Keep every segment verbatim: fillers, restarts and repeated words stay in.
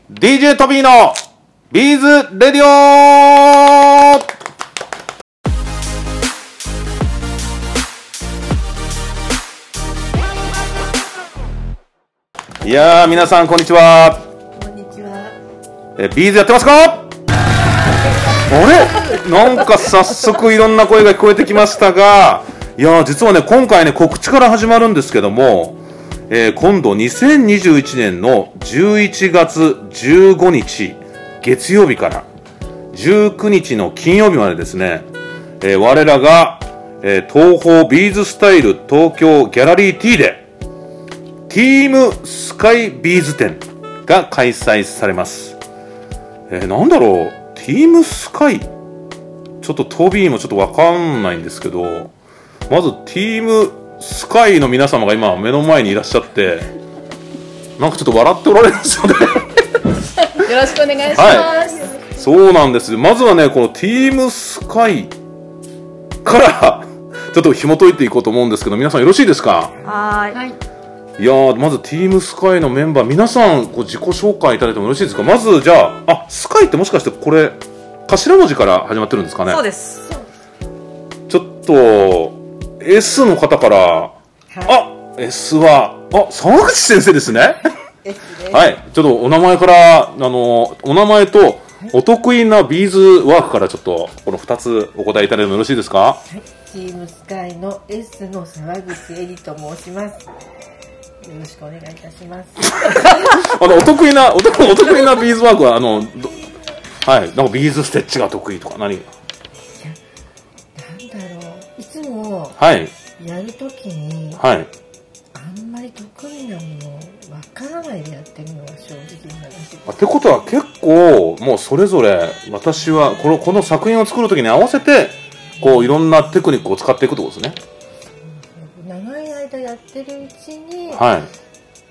ディージェー トビーのビーズレディオ。いやー、皆さんこんにちは。 こんにちは。 えビーズやってますか？あれ、なんか早速いろんな声が聞こえてきましたが、いやー実はね、今回ね告知から始まるんですけども、えー、今度にせんにじゅういちねんのじゅういちがつじゅうごにち月曜日からじゅうくにちの金曜日までですね、えー、我らが、えー、東宝ビーズスタイル東京ギャラリー T でティームスカイビーズ展が開催されます。えー、なんだろう、ティームスカイ、ちょっとトビーもちょっとわかんないんですけど、まずティームスカイの皆様が今目の前にいらっしゃって、なんかちょっと笑っておられるんですよね。 よろしくお願いします、はい、 そうなんです。まずはね、このティームスカイからちょっと紐解いていこうと思うんですけど、皆さんよろしいですか？ はい。 いやー、まずティームスカイのメンバー皆さんこう自己紹介いただいてもよろしいですか？まずじゃあ、あ、スカイってもしかしてこれ頭文字から始まってるんですかね？ そうです。 ちょっと S の方から、はい、あ、S はあ、沢口先生ですね。はい、ちょっとお名前から、あのお名前とお得意なビーズワークからちょっとこのふたつお答えいただいてもよろしいですか？ はい、チームスカイの S の沢口恵里と申します。よろしくお願いいたします。 あのお得意なお得お得意なビーズワークはあのはい、なんかビーズステッチが得意とか何？ なんだろう、いつもやるときに、はい、あんまり得意なものわからないでやってるのが正直な話です。 ってことは結構もうそれぞれ私はこのこの作品を作るときに合わせてこういろんなテクニックを使っていくってことですね。 長い間やってるうちに、 はい、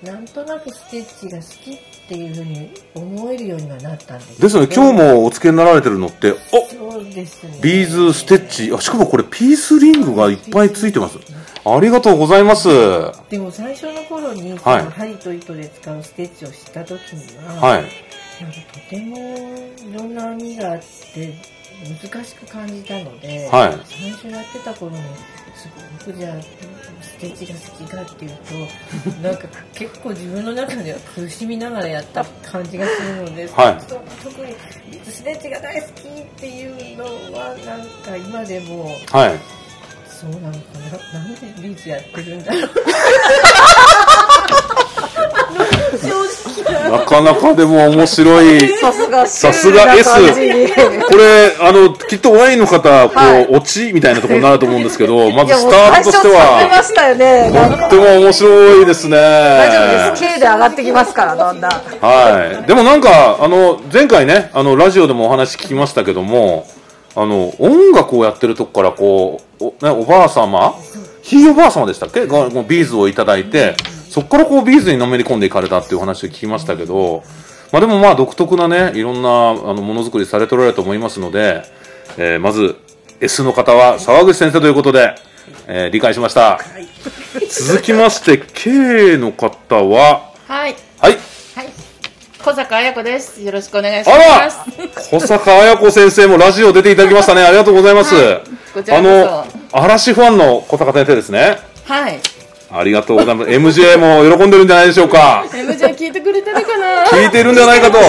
なんとなくステッチが好きっていうふうに思えるようにはなったんです。 ですので今日もお付けになられてるのって、お、 そうですね、 ビーズステッチ、あ、しかもこれピースリングがいっぱいついてます。ありがとうございます。 でも最初の頃に、 はい、 針と糸で使うステッチを知った時には、 はい、 なんかとてもいろんな網があって難しく感じたので、 はい、 最初やってた頃にすごくじゃあステッチが好きかっていうとなんか結構自分の中では苦しみながらやった感じがするので、はい、特にステッチが大好きっていうのはなんか今でも、はい、そうなのかな、なんでビーズやってるんだろう。 なかなかでも面白い。 さすがさすが S。これあのきっとワインの方こう、はい、オチみたいなところになると思うんですけど、まずスタートとしてはましたよね、 とっても面白いですね。 大丈夫です。K で上がってきますからだんだん。 はい。でもなんかあの前回ね、あのラジオでもお話聞きましたけども、あの音楽をやってるとこからこう お,、ね、おばあ様、ひいおばあ様でしたっけがビーズをいただいて。そこからこうビーズにのめり込んでいかれたっていう話を聞きましたけど、まあでもまあ独特なね、いろんなあのものづくりされておられると思いますので、えー、まず S の方は沢口先生ということで、えー、理解しました。はい、続きまして K の方は、 はいはい、 はい、小坂彩子です。よろしくお願いします。 小坂彩子先生もラジオ出ていただきましたね。ありがとうございます。はい、 こちらこそ。 あの嵐ファンの小坂先生ですね。 はい。 ありがとうございます。エムジェー も喜んでるんじゃないでしょうか。 エムジェー 聞いてくれてるかな。 聞いてるんじゃないかと。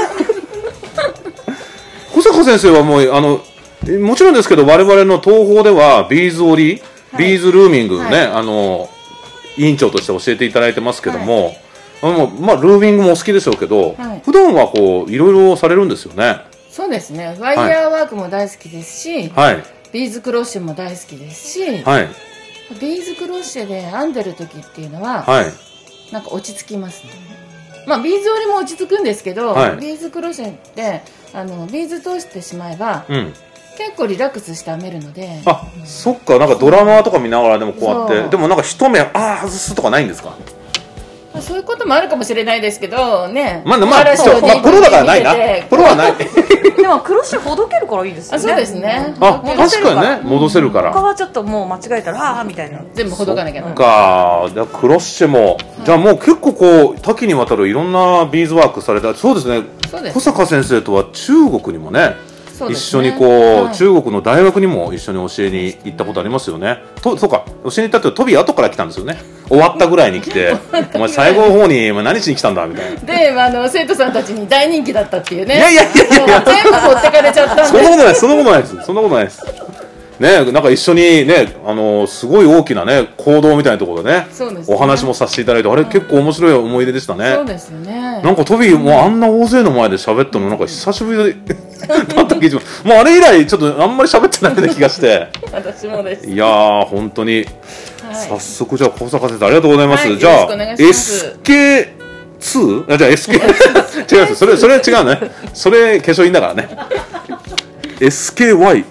小坂先生はもうあのもちろんですけど、我々の東宝ではビーズ織り、はい、ビーズルーミングね、はい、あの委員長として教えていただいてますけども、はい、あのまあルーミングもお好きでしょうけど、はい、普段はこういろいろされるんですよね。 そうですね。ワイヤーワークも大好きですし、はい、ビーズクロッシュも大好きですし。はい、ビーズクロッシェで編んでる時っていうのは、はい、なんか落ち着きますね。まあビーズ織りも落ち着くんですけど、はい、ビーズクロッシェってあのビーズ通してしまえば、うん、結構リラックスして編めるので。 あ、そっか。なんかドラマとか見ながらでもこうやって、でもなんか一目ああ外すとかないんですか？ そういうこともあるかもしれないですけどね。 まあまあ、そう、まあ、プロだからないな。プロはない。 でもクロッシェほどけるからいいですよね。 あ、そうですね。 あ、確かにね、戻せるから。 他はちょっともう間違えたらああみたいな。 全部ほどかなきゃな。 か、じゃクロッシェも、じゃあもう結構こう多岐にわたるいろんなビーズワークされた。そうですね。小坂先生とは中国にもね。一緒にこう、はい、中国の大学にも一緒に教えに行ったことありますよね。とそうか、教えに行ったってトビー後から来たんですよね。終わったぐらいに来てお前最後の方に何しに来たんだみたいな。 で、あの生徒さんたちに大人気だったっていうね。 いやいやいやいや全部持ってかれちゃったんで。 そんなことないです、そんなことないです、そんなことないです。ね、なんか一緒にね、あのすごい大きなね行動みたいなところで ね, そうですね、 お話もさせていただいて、あれ結構面白い思い出でしたね。 そうですね。 なんかトビーもうあんな大勢の前で喋ったのなんか久しぶりだった気がします。もうあれ以来ちょっとあんまり喋ってないような気がして。 私もです。 いやー本当に、はい、早速じゃあ小坂先生ありがとうございます。 はい、 じゃあ エスケーツー あじゃあ エスケー 違います。それそれ違うね。それ化粧品だからね。エスケーワイ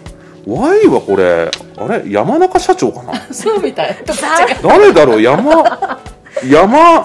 Y はこれあれ山中社長かな。 そうみたい。 誰だろう。山山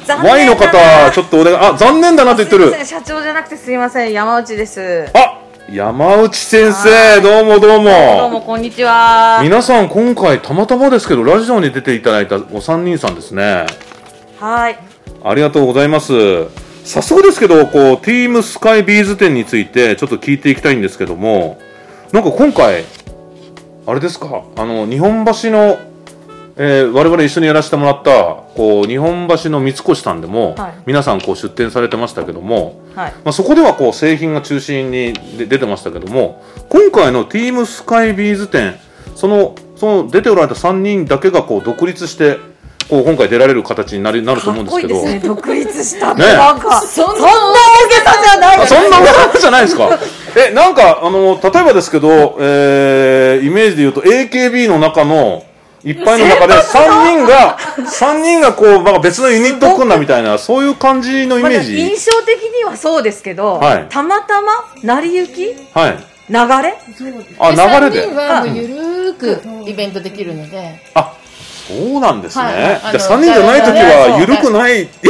Y の方ちょっとお願い。あ、残念だなと言ってる。 社長じゃなくてすいません、山内です。 あ、山内先生、どうもどうもどうもこんにちは。 皆さん今回たまたまですけどラジオに出ていただいたお三人さんですね。 はい、 ありがとうございます。早速ですけどこうティームスカイビーズ展についてちょっと聞いていきたいんですけども、なんか今回あれですか、あの日本橋の、えー、我々一緒にやらせてもらったこう日本橋の三越さんでも、はい、皆さんこう出店されてましたけども、はい、まあ、そこではこう製品が中心に出てましたけども、今回のティームスカイビーズ展、そのその出ておられたさんにんだけがこう独立してこう今回出られる形になるなると思うんですけど、 かっこいいですね、独立したってね、 なんかそんな大げさじゃない。 そんな大げさじゃないですか。え、なんかあの例えばですけど、えー、イメージで言うと エーケービー の中のいっぱいの中でさんにんがさんにんがこうなんか別のユニットを組んだみたいな、そういう感じのイメージ。 ま、印象的にはそうですけど、はい、たまたま成り行き、はい、流れ、 あ、流れでさんにんはもうゆるーくイベントできるので、 あ、そうなんですね。はい、じゃあさんにんじゃないときはゆるくない。いや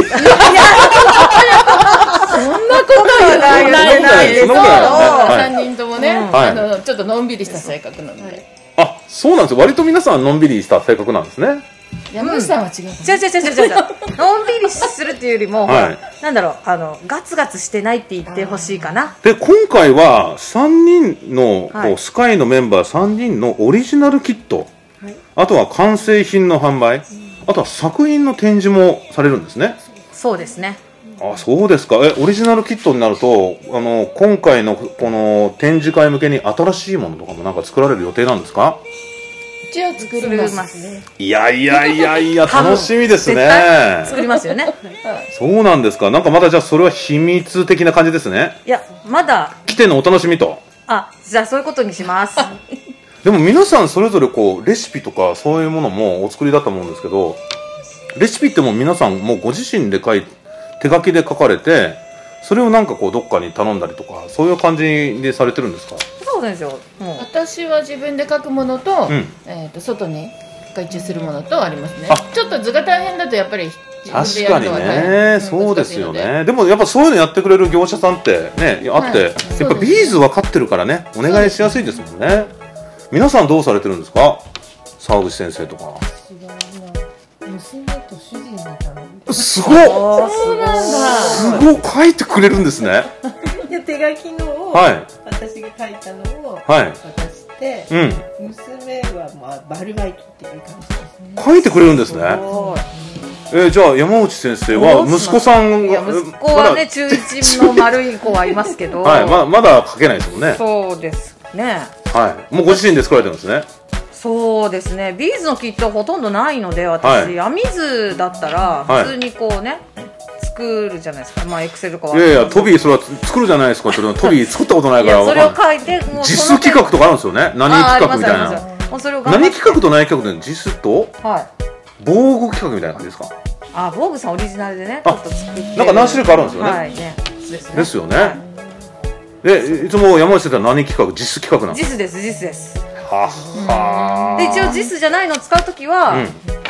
そんなことはないないですけど、さんにんともね、 うん、 あのちょっとのんびりした性格なので、はい、 あ、そうなんですよ。割と皆さんのんびりした性格なんですね。 山内さんは違う、 違う違う違う違う違うのんびりするっていうよりも、はい、なんだろう、あのガツガツしてないって言ってほしいかな。 で今回はさんにんの、はい、こうスカイのメンバーさんにんのオリジナルキット、はい、あとは完成品の販売、あとは作品の展示もされるんですね。 そうですね。 あ、そうですか。え、オリジナルキットになると、あの今回のこの展示会向けに新しいものとかもなんか作られる予定なんですか？ うちは作りますね。 いやいやいやいや楽しみですね。 作りますよね。 そうなんですか。なんかまだじゃあそれは秘密的な感じですね。 いやまだ来てのお楽しみと。 あ、じゃあそういうことにします。 でも皆さんそれぞれこうレシピとかそういうものもお作りだと思うんですけど、レシピってもう皆さんもうご自身で書いて手書きで書かれて、それをなんかこうどっかに頼んだりとかそういう感じでされてるんですか？ そうですよ。 もう私は自分で書くものと、うん、えー、と外に外注するものとありますね。ちょっと図が大変だとやっぱり確かにね、そうですよね。でもやっぱそういうのやってくれる業者さんってねあって、はい、やっぱビーズ分かってるからねお願いしやすいですもんね。皆さんどうされてるんですか？沢口先生とか。 娘と主人に頼んで。 すごっ。 そうなんだ。 すごい書いてくれるんですね。 で手書きのを、はい、私が書いたのを渡して、はい、うん、娘はまあバルバイトっていう感じですね。 書いてくれるんですね。えー、じゃあ山内先生は息子さんが、 息子はね中一の丸い子はいますけど、 はい、ままだ書けないですもんね。 そうですね。 はい、もうご自身で作られてるんですね。 そうですね。ビーズのキットはほとんどないので私、はい、編み図だったら普通にこうね、はい、作るじゃないですか。まあエクセルとかは。 いやいやトビーそれは作るじゃないですか。それはトビー作ったことないから。いやそれを書いてもう実企画とかあるんですよね。何企画みたいな。もうそれを何企画と何企画で実と、はい、防具企画みたいな感じですか。 あ、防具さんオリジナルでねちょっと作って。 なんか何種類かあるんですよね。 はいね。ですね。 ですよね。はい、でいつも山内先生は何企画？実企画なんですか。 実です実です。 ははで一応 ジス じゃないのを使うときは、うん、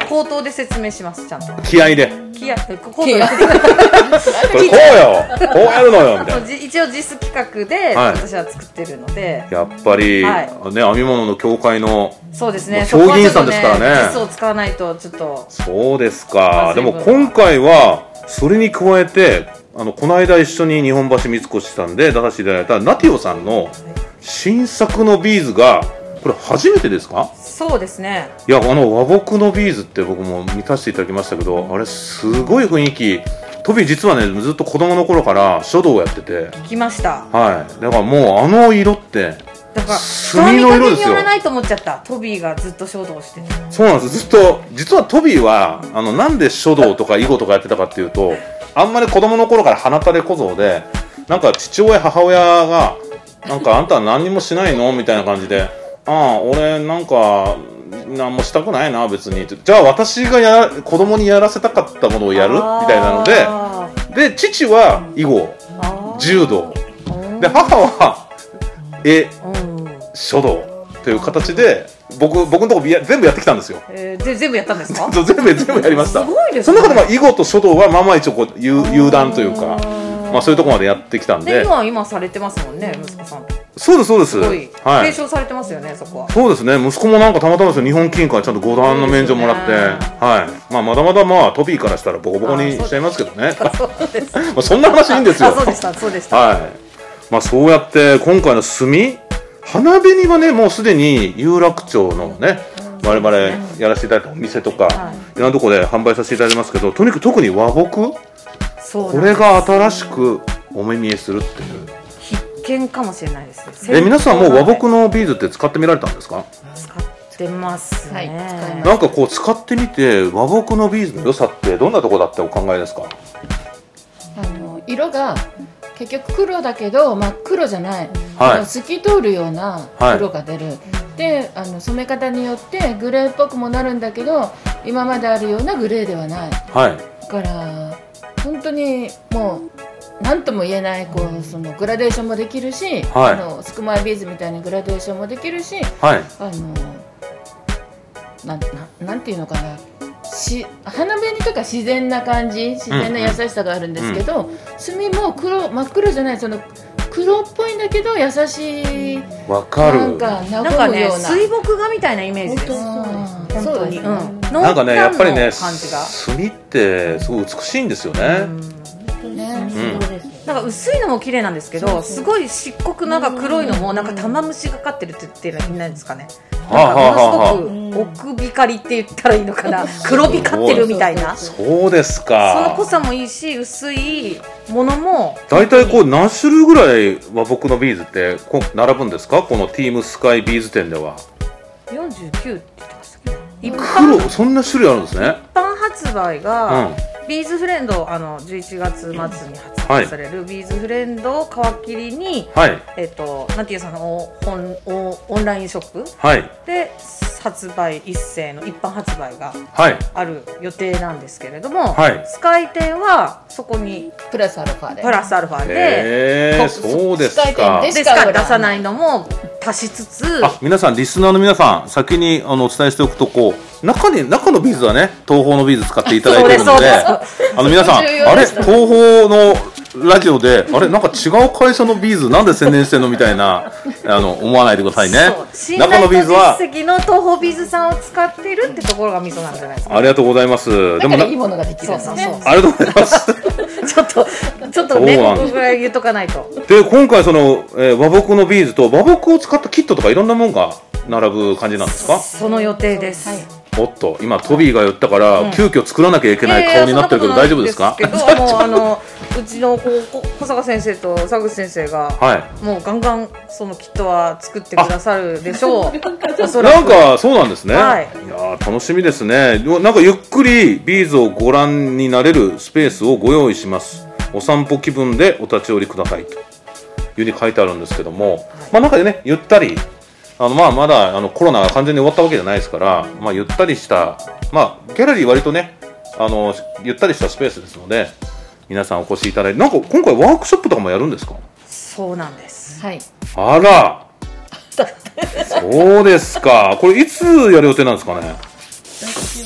口頭で説明します、ちゃんと。 気合で。 気合、口頭で。これこうよ、こうやるのよみたいな。 一応実企画で私は作ってるので。 やっぱりね、編み物の協会のそうですね。 評議員さんですからね。 実を使わないとちょっと。 そうですか。でも今回はそれに加えて、あのこの間一緒に日本橋三越さんで出させていただいたナティオさんの新作のビーズがこれ初めてですか？ そうですね。 いや、あの和睦のビーズって僕も見させていただきましたけど、あれすごい雰囲気。トビー実はね、ずっと子供の頃から書道をやってて。 来ました。 はい。だからもうあの色ってだから墨の色ですよ。人は見かけによらないと思っちゃった。トビーがずっと書道してて。 そうなんです。ずっと実はトビーはあのなんで書道とか囲碁とかやってたかっていうと、あんまり子供の頃から鼻垂れ小僧で、なんか父親母親がなんかあんたは何にもしないのみたいな感じで、ああ俺なんか何もしたくないな別に。じゃあ私がや子供にやらせたかったものをやるみたいなので、で父は囲碁、柔道で母は絵、書道という形で僕僕のとこ全部やってきたんですよ。 えー、全部やったんですか？ 全部全部やりました。 すごいですね。 その中でも囲碁と書道はまあまあ一応こう有段というか、まあそういうところまでやってきたんで。 で今は今されてますもんね、息子さん。 そうですそうです。 すごい、はい、継承されてますよね、そこは。 そうですね。息子もなんかたまたまですよ、日本棋院からちゃんと五段の免状もらって、はい。まあまだまだまあトビーからしたらボコボコにしちゃいますけどね。そうです。まあそんな話いいんですよ。 そうでしたそうでした。 はい。まあそうやって今回の墨、花紅はねもうすでに有楽町のね我々やらせていただいたお店とか、はい、いろんなところで販売させていただいてますけど、とにかく特に和睦、これが新しくお目見えするっていう。 必見かもしれないです。 え、皆さんもう和睦のビーズって使ってみられたんですか？ 使ってますね。はい、使います。 なんかこう使ってみて和睦のビーズの良さってどんなところだってお考えですか？ あの色が結局黒だけど真っ黒じゃない、はい、透き通るような色が出る、はい、であの染め方によってグレーっぽくもなるんだけど今まであるようなグレーではない、はい、だから本当にもう何とも言えないこうそのグラデーションもできるし、はい、あのスクマイビーズみたいなグラデーションもできるし、はい、あの な, な, なんていうのかなし花紅とか自然な感じ、自然な優しさがあるんですけど、うんうん、墨も黒真っ黒じゃない、その黒っぽいんだけど優しい、 わかる、 なんか和むような、なんかね、 水墨画みたいなイメージです。 そうですね、うん、 なんかねやっぱりね墨ってすごい美しいんですよね。 うんね、うん、なんか薄いのも綺麗なんですけど、すごい漆黒なんか黒いのもなんか玉虫がかってるって言ってるのいないですかね。なんかものすごく奥光って言ったらいいのかな、黒光ってるみたいな。 そうですか。 その濃さもいいし薄いものも。 だいたいこう何種類ぐらい和睦のビーズってこう並ぶんですか、このティームスカイビーズ店では。 よんじゅうきゅうって言ってましたけど、 一般黒そんな種類あるんですね。 一般発売が、うん、ビーズフレンド、あのじゅういちがつ末に発売されるビーズフレンドを皮切りに、はい、えっとナティエさんの本オンラインショップ、はい、で発売一斉の一般発売がある予定なんですけれども、はい、スカイ店はそこにプラスアルファでプラスアルファで、 えー、そうですか。スカイ店でしか出さないのも足しつつ、 あ、皆さんリスナーの皆さん先にあのお伝えしておくと、こう中に中のビーズはね東宝のビーズ使っていただいているので、あの皆さんあれ東宝のラジオであれなんか違う会社のビーズなんで宣伝してんのみたいなあの思わないでくださいね。 中のビーズは実績の東宝ビーズさんを使っているってところがミソなんじゃないですか。 ありがとうございます。 でもいいものができるんですね。 ありがとうございます。 ちょっとちょっとねここぐらい言っとかないと。 で今回その、えー、和睦のビーズと和睦を使ったキットとかいろんなものが並ぶ感じなんですか。 その予定です。はい、 おっと今トビーが言ったから、うん、急遽作らなきゃいけない顔になってるけど、大丈夫ですか。 あのうちの小坂先生と佐口先生が、はい、もうガンガンそのキットは作ってくださるでしょう。 なんかそうなんですね。はい、いや楽しみですね。なんかゆっくりビーズをご覧になれるスペースをご用意します。お散歩気分でお立ち寄りくださいというふうに書いてあるんですけども、はい、まあ中でねゆったり、あのまあまだあのコロナが完全に終わったわけじゃないですから、まあ、ゆったりした、まあ、ギャラリー割とねあのゆったりしたスペースですので皆さんお越しいただいて、なんか今回ワークショップとかもやるんですか。 そうなんです。 はい。 あらそうですか。これいつやる予定なんですかね。 私は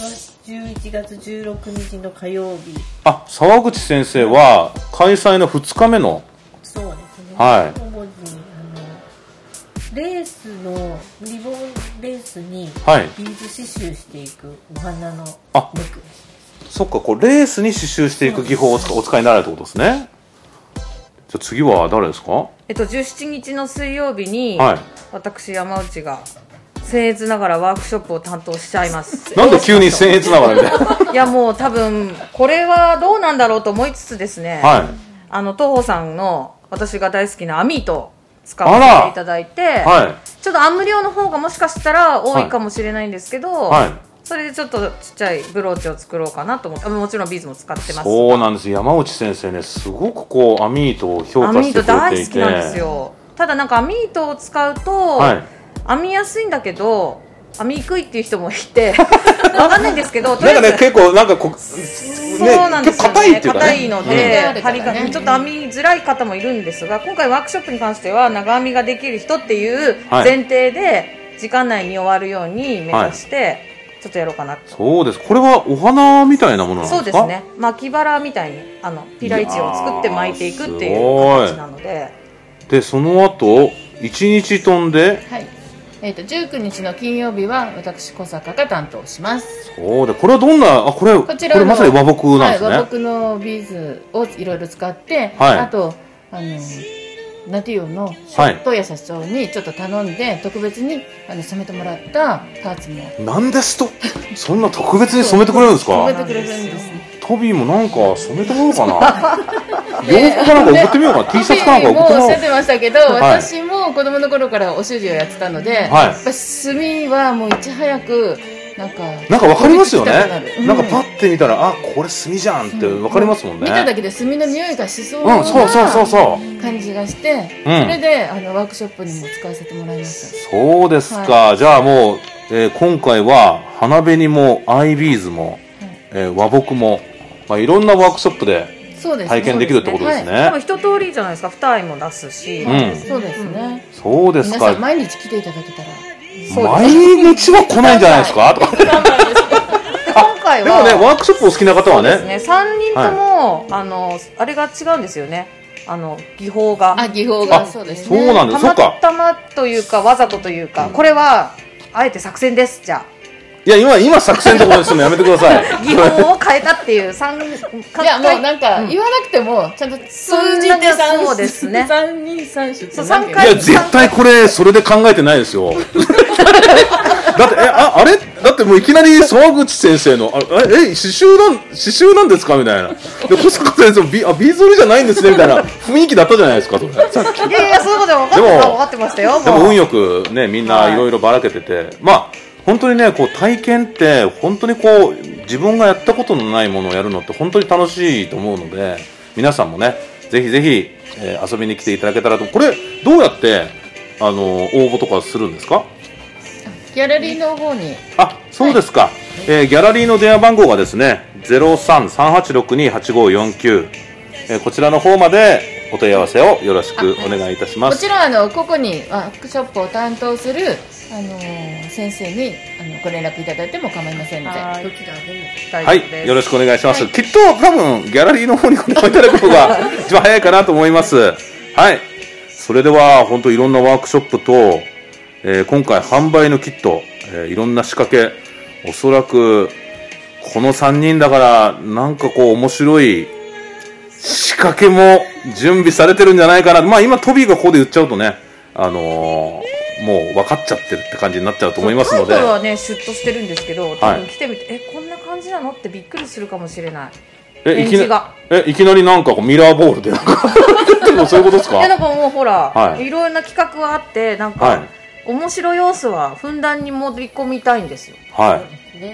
じゅういちがつじゅうろくにちの火曜日。 あ、沢口先生は開催のふつかめの。 そうですね。 はい。 主にあのレースのリボンレースにビーズ刺繍していくお花のネックレス。 あ、そっか、こうレースに刺繍していく技法をお使いになられるってことですね。じゃあ次は誰ですか？ えっとじゅうしちにちの水曜日に、はい、私山内が僭越ながらワークショップを担当しちゃいます。 なんで急に僭越ながらみたいな。 いやもう多分これはどうなんだろうと思いつつですね、はい、あの東宝さんの私が大好きなアミートを使わせていただいて、はい、ちょっとアンム量の方がもしかしたら多いかもしれないんですけど、はいはい、それでちょっとちっちゃいブローチを作ろうかなと思って、もちろんビーズも使ってます。 そうなんです。山内先生ね、すごくこうアミートを評価してくれていて、アミート大好きなんですよ。ただなんかアミートを使うと、はい、編みやすいんだけど編みにくいっていう人もいてわかんないんですけど、 なんかね結構なんかこ、ね、 そうなんですよね、硬いっていうかね、硬いので、うん、針がちょっと編みづらい方もいるんですが、今回ワークショップに関しては長編みができる人っていう前提で時間内に終わるように目指して、はい、ちょっとやろうかなと。 そうです。これはお花みたいなものなんですか？ そうですね、巻きバラみたいにあのピライチを作って巻いていくっていう形なので、 でその後いちにち飛んで、 はい、えー、とじゅうくにちの金曜日は私小坂が担当します。 そうで、これはどんな、あ、これこちらこれまさに和睦なんですね。 はい、和睦のビーズをいろいろ使って、はい、あとあのナティオの東谷社長にちょっと頼んで、はい、特別にあの染めてもらったパーツも。 なんですとそんな特別に染めてくれるんですか？ 染めてくれるんですね。 トビーもなんか染めてもらおうかな。洋服かなんか送ってみようかな。T シャツかなんか送ってもらおう。 もうおっしゃってましたけど、はい、私も子供の頃からお習字をやってたので、はい、やっぱ墨はもういち早くなんかなんかわかりますよね。うん、なんかパッて見たら、あ、これ墨じゃんってわかりますもんね。 見ただけで墨の匂いがしそうな感じがして、それであのワークショップにも使わせてもらいました。 そうですか。はい、じゃあもう、えー、今回は花紅もアイビーズも、はい、えー、和睦も、まあ、いろんなワークショップで体験できるってことですね。 多分一通りじゃないですか。二重も出すし、 うん、そうですね。 そうですか。 皆さん毎日来ていただけたら。 毎日は来ないんじゃないですか。とか。 今回はでもね、ワークショップお好きな方はね。そうですね。三人とも、はい、あのあれが違うんですよね。あの技法が。 あ、技法がそうですね。そうなんです。そうか。 たまたまというかわざとというか、うん、これはあえて作戦です。じゃあ。 いや、今今作戦ところですのやめてください。 技法を変えたっていう三いや、もうなんか言わなくてもちゃんと数字で三そうですね。 三人三種。 そう三回。いや絶対これそれで考えてないですよ。だってえああれだってもういきなり沢口先生のあええ刺繍なん刺繍なんですかみたいな。で小坂先生もビあビーズ織りじゃないんですねみたいな雰囲気だったじゃないですか。それさっき。 いやいやそういうことで分かってた分かってましたよ。 でも運よくねみんないろいろばらけてて、まあ。本当にね、こう体験って本当にこう自分がやったことのないものをやるのって本当に楽しいと思うので、皆さんもねぜひぜひ、えー、遊びに来ていただけたらと。これどうやってあの応募とかするんですか？ ギャラリーの方に。 あ、そうですか。はい、えー、ギャラリーの電話番号がですね ゼロさん さんはちろくに はちごよんきゅう、えー、こちらの方までお問い合わせをよろしくお願いいたします。 もちろんあの個々にワークショップを担当するあのー、先生にあのご連絡いただいても構いませんので、 どちらでも大丈夫です。はい、よろしくお願いします。はい、きっと多分ギャラリーの方にご連絡いただくのが一番早いかなと思います。はい。それでは本当いろんなワークショップと、えー、今回販売のキット、えー、いろんな仕掛け、おそらくこのさんにんだからなんかこう面白い仕掛けも準備されてるんじゃないかな。まあ今トビーがここで言っちゃうとね、あのーもう分かっちゃってるって感じになっちゃうと思いますので。 タイトルはねシュッとしてるんですけど、多分来てみて、はい、えこんな感じなのってびっくりするかもしれない。 えいきなえいきなりなんかこうミラーボールでなんかそういうことですか？ いやなんかもうほら、はい、いろんな企画があってなんか、はい、面白い要素はふんだんに盛り込みたいんですよ。 はい。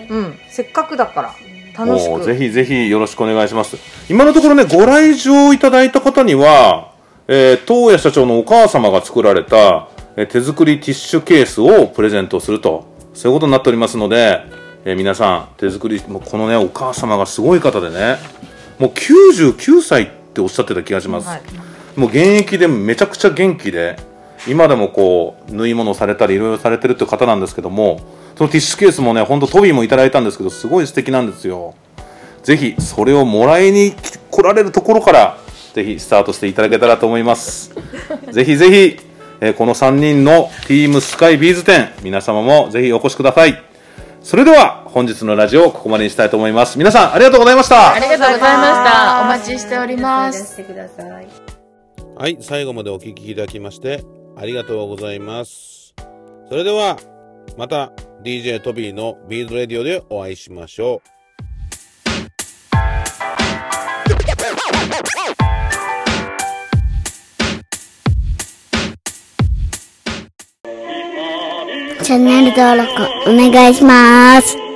うん、せっかくだから楽しく。 ぜひぜひよろしくお願いします。今のところねご来場いただいた方には、えー、東谷社長のお母様が作られた手作りティッシュケースをプレゼントすると、そういうことになっておりますので、えー、皆さん手作りもうこのねお母様がすごい方でね、もうきゅうじゅうきゅうさいっておっしゃってた気がします。はい、もう現役でめちゃくちゃ元気で、今でもこう縫い物されたりいろいろされてるっていう方なんですけども、 そのティッシュケースもね、ほんとトビーもいただいたんですけど、すごい素敵なんですよ。ぜひそれをもらいに来られるところからぜひスタートしていただけたらと思います。ぜひぜひ、えー、このさんにんのティームスカイビーズ展、皆様もぜひお越しください。それでは本日のラジオをここまでにしたいと思います。皆さんありがとうございました。 ありがとうございました。お待ちしております。 はい、最後までお聞きいただきましてありがとうございます。それではまた ディージェー トビーのビーズレディオでお会いしましょう。 チャンネル登録お願いします。